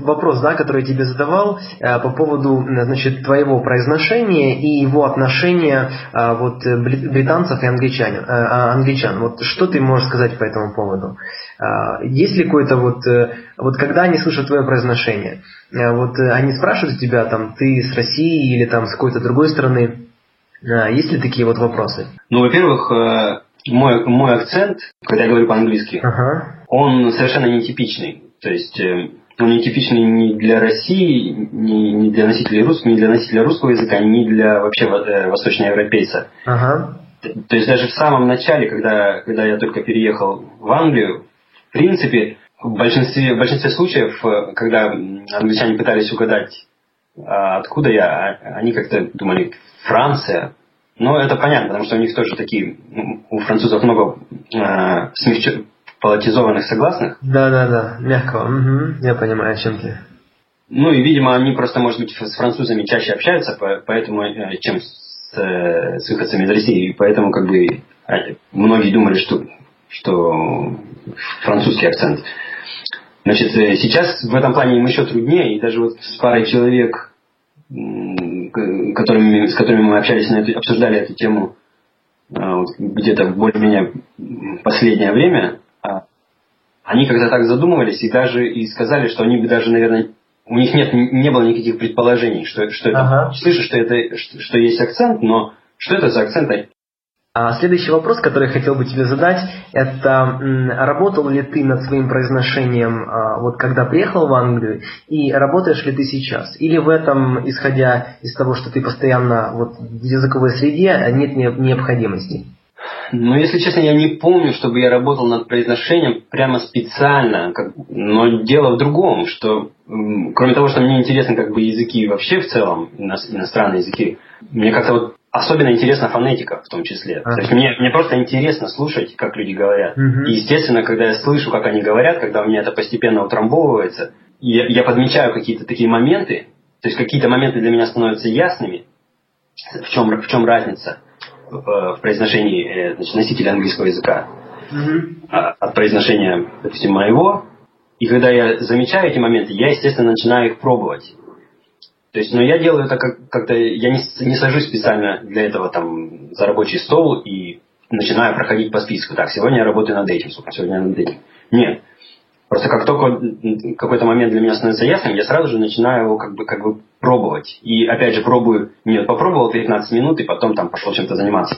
вопрос, да, который я тебе задавал по поводу, значит, твоего произношения и его отношения вот британцев и англичан. Вот что ты можешь сказать по этому поводу? Есть ли какой-то вот когда они слышат твое произношение, вот они спрашивают тебя, там, ты с России или там с какой-то другой страны? Есть ли такие вот вопросы? Ну, во-первых, мой акцент, когда я говорю по-английски, он совершенно нетипичный. То есть он нетипичный ни для России, ни для носителей русского, ни для носителя русского языка, ни для вообще восточноевропейца. То есть даже в самом начале, когда я только переехал в Англию, в принципе, в большинстве случаев, когда англичане пытались угадать, откуда я, они как-то думали «Франция». Но это понятно, потому что у них тоже такие, у французов много палатизованных согласных. Да, мягкого. Я понимаю, о чем ты. Ну и, видимо, они просто, может быть, с французами чаще общаются, поэтому, чем с выходцами из России. И поэтому, как бы, многие думали, что французский акцент. Значит, сейчас в этом плане им еще труднее, и даже вот с парой человек, с которыми мы общались, обсуждали эту тему где-то более-менее последнее время, они как-то так задумывались и сказали, что они бы даже, наверное, у них не было никаких предположений, что это. Слышишь, что есть акцент, но что это за акцент? Следующий вопрос, который я хотел бы тебе задать, это работал ли ты над своим произношением, вот когда приехал в Англию, и работаешь ли ты сейчас? Или в этом, исходя из того, что ты постоянно вот в языковой среде, нет необходимости? Ну, если честно, я не помню, чтобы я работал над произношением прямо специально. Но дело в другом, что кроме того, что мне интересны как бы языки вообще в целом, иностранные языки, мне как-то вот особенно интересна фонетика в том числе. То есть мне просто интересно слушать, как люди говорят. И, естественно, когда я слышу, как они говорят, когда у меня это постепенно утрамбовывается, я подмечаю какие-то такие моменты, то есть какие-то моменты для меня становятся ясными, в чем разница в произношении носителя английского языка от произношения, допустим, моего. И когда я замечаю эти моменты, я, естественно, начинаю их пробовать. То есть, но я делаю это как-то, я не сажусь специально для этого там за рабочий стол и начинаю проходить по списку. Так, сегодня я работаю над этим, сегодня я над этим. Нет. Просто как только какой-то момент для меня становится ясным, я сразу же начинаю его как бы пробовать. И опять же пробую, попробовал 15 минут и потом там пошел чем-то заниматься.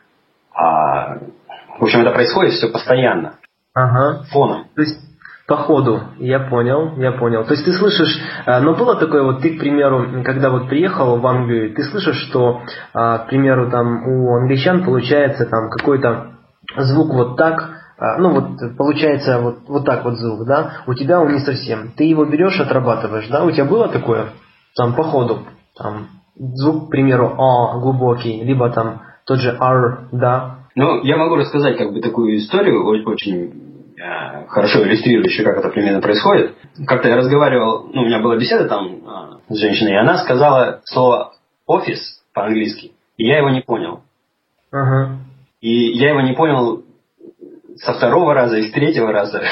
В общем, это происходит все постоянно. Фоном. То есть по ходу, я понял. То есть ты слышишь, но было такое, вот ты, к примеру, когда вот приехал в Англию, ты слышишь, что, к примеру, там у англичан получается там какой-то звук вот так, ну вот получается вот так вот звук, да, у тебя он не совсем. Ты его берешь, отрабатываешь, да, у тебя было такое, там по ходу, там звук, к примеру, А глубокий, либо там тот же R, да. Ну, я могу рассказать как бы такую историю, очень хорошо иллюстрирующую, как это примерно происходит. Как-то я разговаривал, у меня была беседа там с женщиной, и она сказала слово «офис» по-английски, и я его не понял. И я его не понял со второго раза и с третьего раза.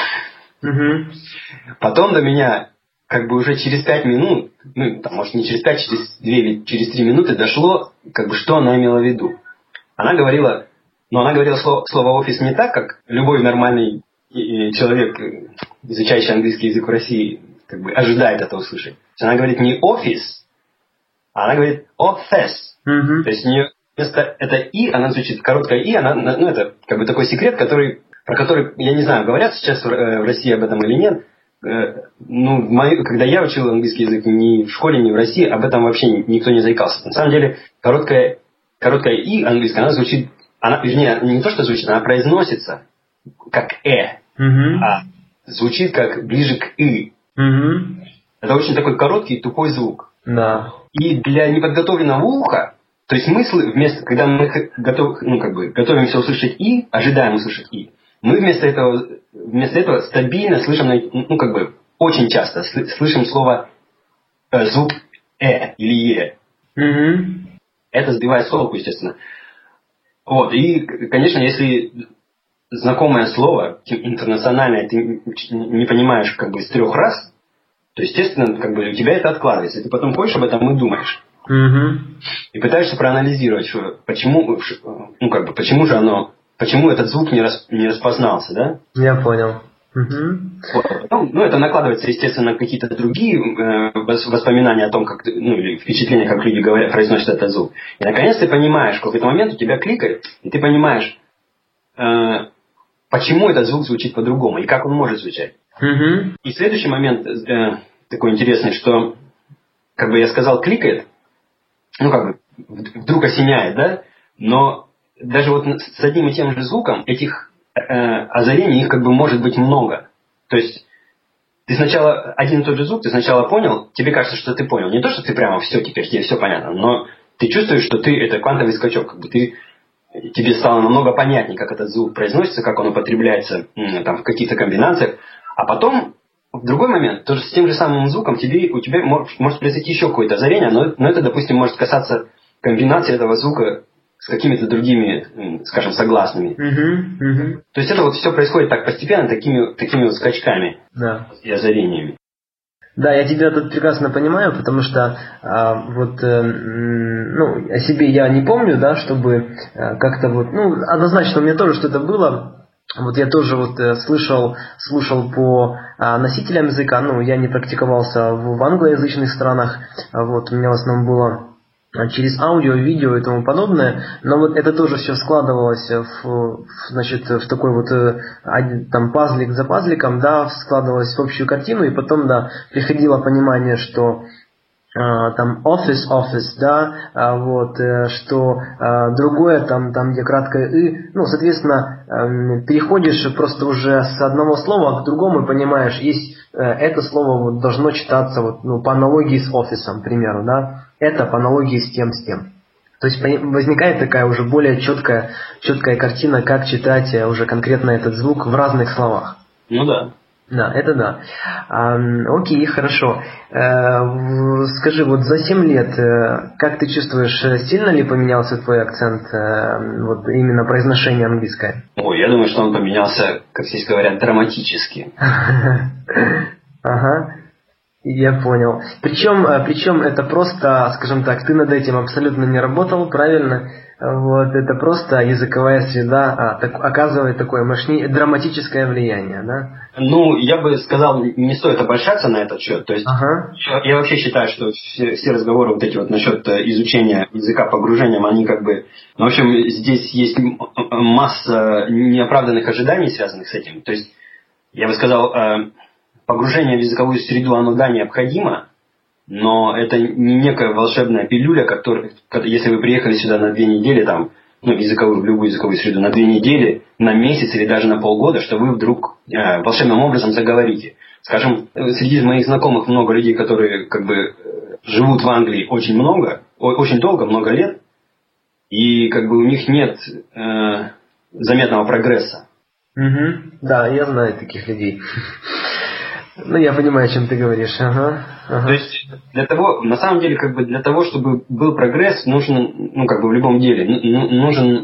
Потом до меня как бы уже через 5 минут, может не через 5, через 2 или через 3 минуты дошло, как бы что она имела в виду. Она говорила слово «офис» не так, как любой нормальный человек, изучающий английский язык в России, как бы ожидает это услышать. Она говорит не «офис», а она говорит «office». То есть у нее вместо это «и», она звучит короткое «и», это как бы такой секрет, про который, я не знаю, говорят сейчас в России об этом или нет. Когда я учил английский язык ни в школе, ни в России, об этом вообще никто не заикался. На самом деле, короткое «и» английское, она звучит, вернее, не то, что звучит, она произносится как а звучит как ближе к «и». Это очень такой короткий, тупой звук. Да. И для неподготовленного уха, то есть когда мы готовимся услышать «и», ожидаем услышать «и», мы вместо этого стабильно слышим, очень часто слышим звук или «е». Это сбивает с толку, естественно. Вот, и, конечно, если знакомое слово, интернациональное, ты не понимаешь как бы с 3 раз, то, естественно, как бы у тебя это откладывается. И ты потом ходишь об этом и думаешь. И пытаешься проанализировать, почему, ну, как бы, почему этот звук не распознался, да? Я понял. Вот. Ну, это накладывается, естественно, на какие-то другие воспоминания о том, как, ну, или впечатления, как люди говорят, произносят этот звук. И, наконец, ты понимаешь, в какой-то момент у тебя кликает, и ты понимаешь, почему этот звук звучит по-другому, и как он может звучать. И следующий момент такой интересный, что, как бы я сказал, кликает, ну, как бы, вдруг осеняет, да? Но даже вот с одним и тем же звуком этих озарений, их как бы может быть много. То есть ты сначала один и тот же звук, ты сначала понял, тебе кажется, что ты понял. Не то, что ты прямо все, теперь тебе все понятно, но ты чувствуешь, что это квантовый скачок, как бы тебе стало намного понятнее, как этот звук произносится, как он употребляется там, в каких-то комбинациях. А потом, в другой момент, тоже с тем же самым звуком, у тебя может произойти еще какое-то озарение, но это, допустим, может касаться комбинации этого звука с какими-то другими, скажем, согласными. То есть это вот все происходит так постепенно, такими вот скачками и озарениями. Да, я тебя тут прекрасно понимаю, потому что о себе я не помню, да, чтобы как-то однозначно у меня тоже что-то было. Вот я тоже слушал по носителям языка, я не практиковался в англоязычных странах, у меня в основном было через аудио, видео и тому подобное, но вот это тоже все складывалось в такой там пазлик за пазликом, да, складывалось в общую картину, и потом, да, приходило понимание, что там office, да, что другое, там, где краткое «и», соответственно, переходишь просто уже с одного слова к другому и понимаешь, есть это слово должно читаться по аналогии с офисом, к примеру, да, это по аналогии с тем. То есть возникает такая уже более четкая картина, как читать уже конкретно этот звук в разных словах. Ну да. Да, это да. Окей, хорошо. Скажи, за 7 лет, как ты чувствуешь, сильно ли поменялся твой акцент, именно произношение английское? Я думаю, что он поменялся, как здесь говорят, драматически. Ага, я понял. Причем это просто, скажем так, ты над этим абсолютно не работал, правильно? Это просто языковая среда оказывает такое драматическое влияние, да? Я бы сказал, не стоит обольщаться на этот счет. То есть я вообще считаю, что все разговоры насчет изучения языка погружением, они как бы... в общем, здесь есть масса неоправданных ожиданий, связанных с этим. То есть я бы сказал, погружение в языковую среду, оно, да, необходимо, но это не некая волшебная пилюля, если вы приехали сюда на 2 недели, в любую языковую среду, на 2 недели, на месяц или даже на полгода, что вы вдруг волшебным образом заговорите. Скажем, среди моих знакомых много людей, которые живут в Англии очень долго, много лет, и у них нет заметного прогресса. Да, я знаю таких людей. Я понимаю, о чем ты говоришь. То есть на самом деле, для того, чтобы был прогресс, нужен, в любом деле, нужен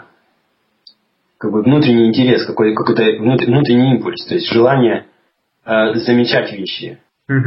внутренний интерес, какой-то внутренний импульс, то есть желание замечать вещи.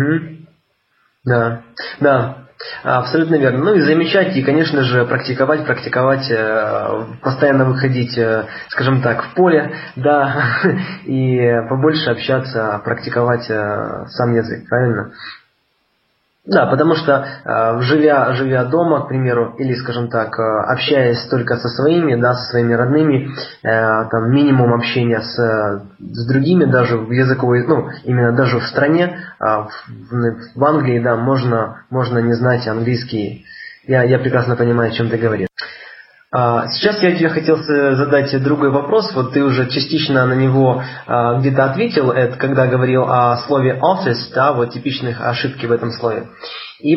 Да, абсолютно верно. И замечать, и, конечно же, практиковать, постоянно выходить, скажем так, в поле, да, и побольше общаться, практиковать сам язык, правильно? Да, потому что живя дома, к примеру, или, скажем так, общаясь только со своими родными, минимум общения с другими, даже в языковой, именно даже в стране, в Англии, да, можно не знать английский. Я прекрасно понимаю, о чем ты говоришь. Сейчас я тебе хотел задать другой вопрос. Ты уже частично на него где-то ответил, это когда говорил о слове office, да, типичных ошибки в этом слове. И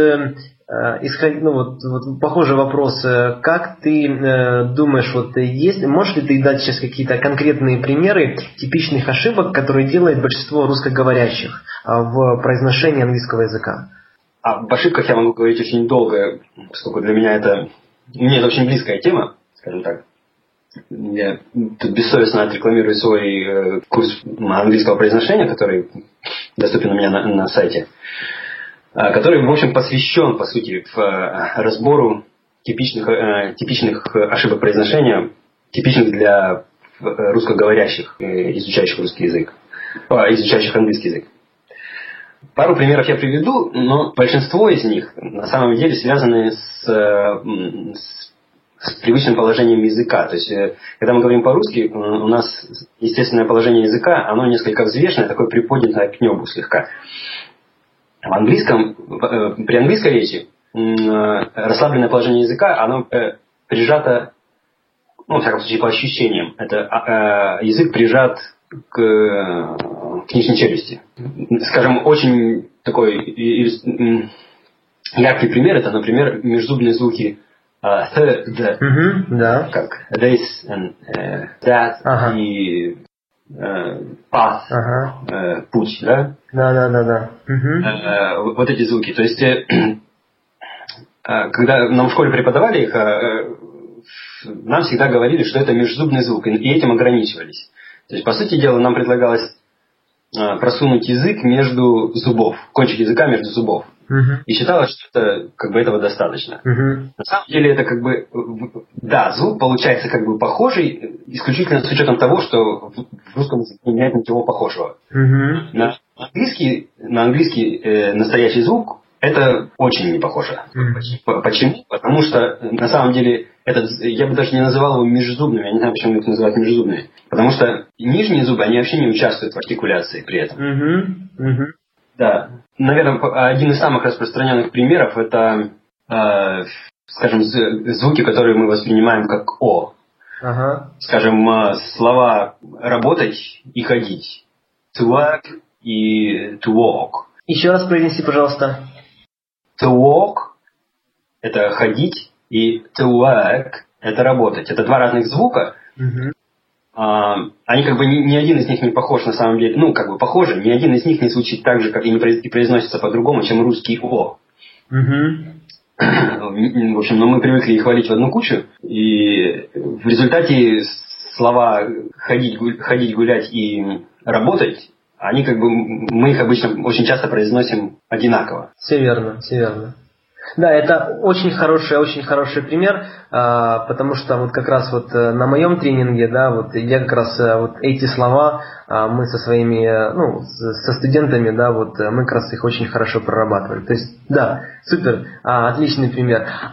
похожий вопрос. Как ты думаешь, можешь ли ты дать сейчас какие-то конкретные примеры типичных ошибок, которые делает большинство русскоговорящих в произношении английского языка? Об ошибках я могу говорить очень долго, поскольку для меня это очень близкая тема, скажем так. Я тут бессовестно отрекламирую свой курс английского произношения, который доступен у меня на сайте, который, в общем, посвящен, по сути, разбору типичных ошибок произношения, типичных для русскоговорящих, изучающих русский язык, изучающих английский язык. Пару примеров я приведу, но большинство из них на самом деле связаны с привычным положением языка. То есть, когда мы говорим по-русски, у нас естественное положение языка, оно несколько взвешенное, такое приподнятое к небу слегка. В английском, при английской речи расслабленное положение языка, оно прижато, ну, во всяком случае, по ощущениям. Это язык прижат к нижней челюсти. Скажем, очень такой яркий пример, это, например, межзубные звуки th, да. как this, that и path, путь, да? Да. Вот эти звуки. То есть, когда нам в школе преподавали их, нам всегда говорили, что это межзубный звук, и этим ограничивались. То есть, по сути дела, нам предлагалось просунуть язык между зубов, кончик языка между зубов. И считалось, что это, как бы, этого достаточно. На самом деле это как бы, да, звук получается как бы похожий, исключительно с учетом того, что в русском языке нет ничего похожего. На английский настоящий звук это очень не похоже. Почему? Потому что на самом деле я бы даже не называл его межзубными, я не знаю, почему их называют межзубными. Потому что нижние зубы, они вообще не участвуют в артикуляции при этом. Да. Наверное, один из самых распространенных примеров это, скажем, звуки, которые мы воспринимаем как «о». Скажем, слова «работать» и «ходить». To work и to walk. Еще раз произнеси, пожалуйста. To walk – это ходить, и to work – это работать. Это два разных звука. Они как бы ни один из них не похож на самом деле. Ну, как бы похожи, ни один из них не звучит так же, как и произносится по-другому, чем русский «о». В общем, но мы привыкли их валить в одну кучу, и в результате слова ходить, гулять и работать, они как бы, мы их обычно очень часто произносим одинаково. Все верно. Да, это очень хороший пример, потому что вот как раз вот на моем тренинге, да, вот я как раз вот эти слова мы со своими, со студентами, да, вот мы как раз их очень хорошо прорабатывали. То есть, да, супер, отличный пример.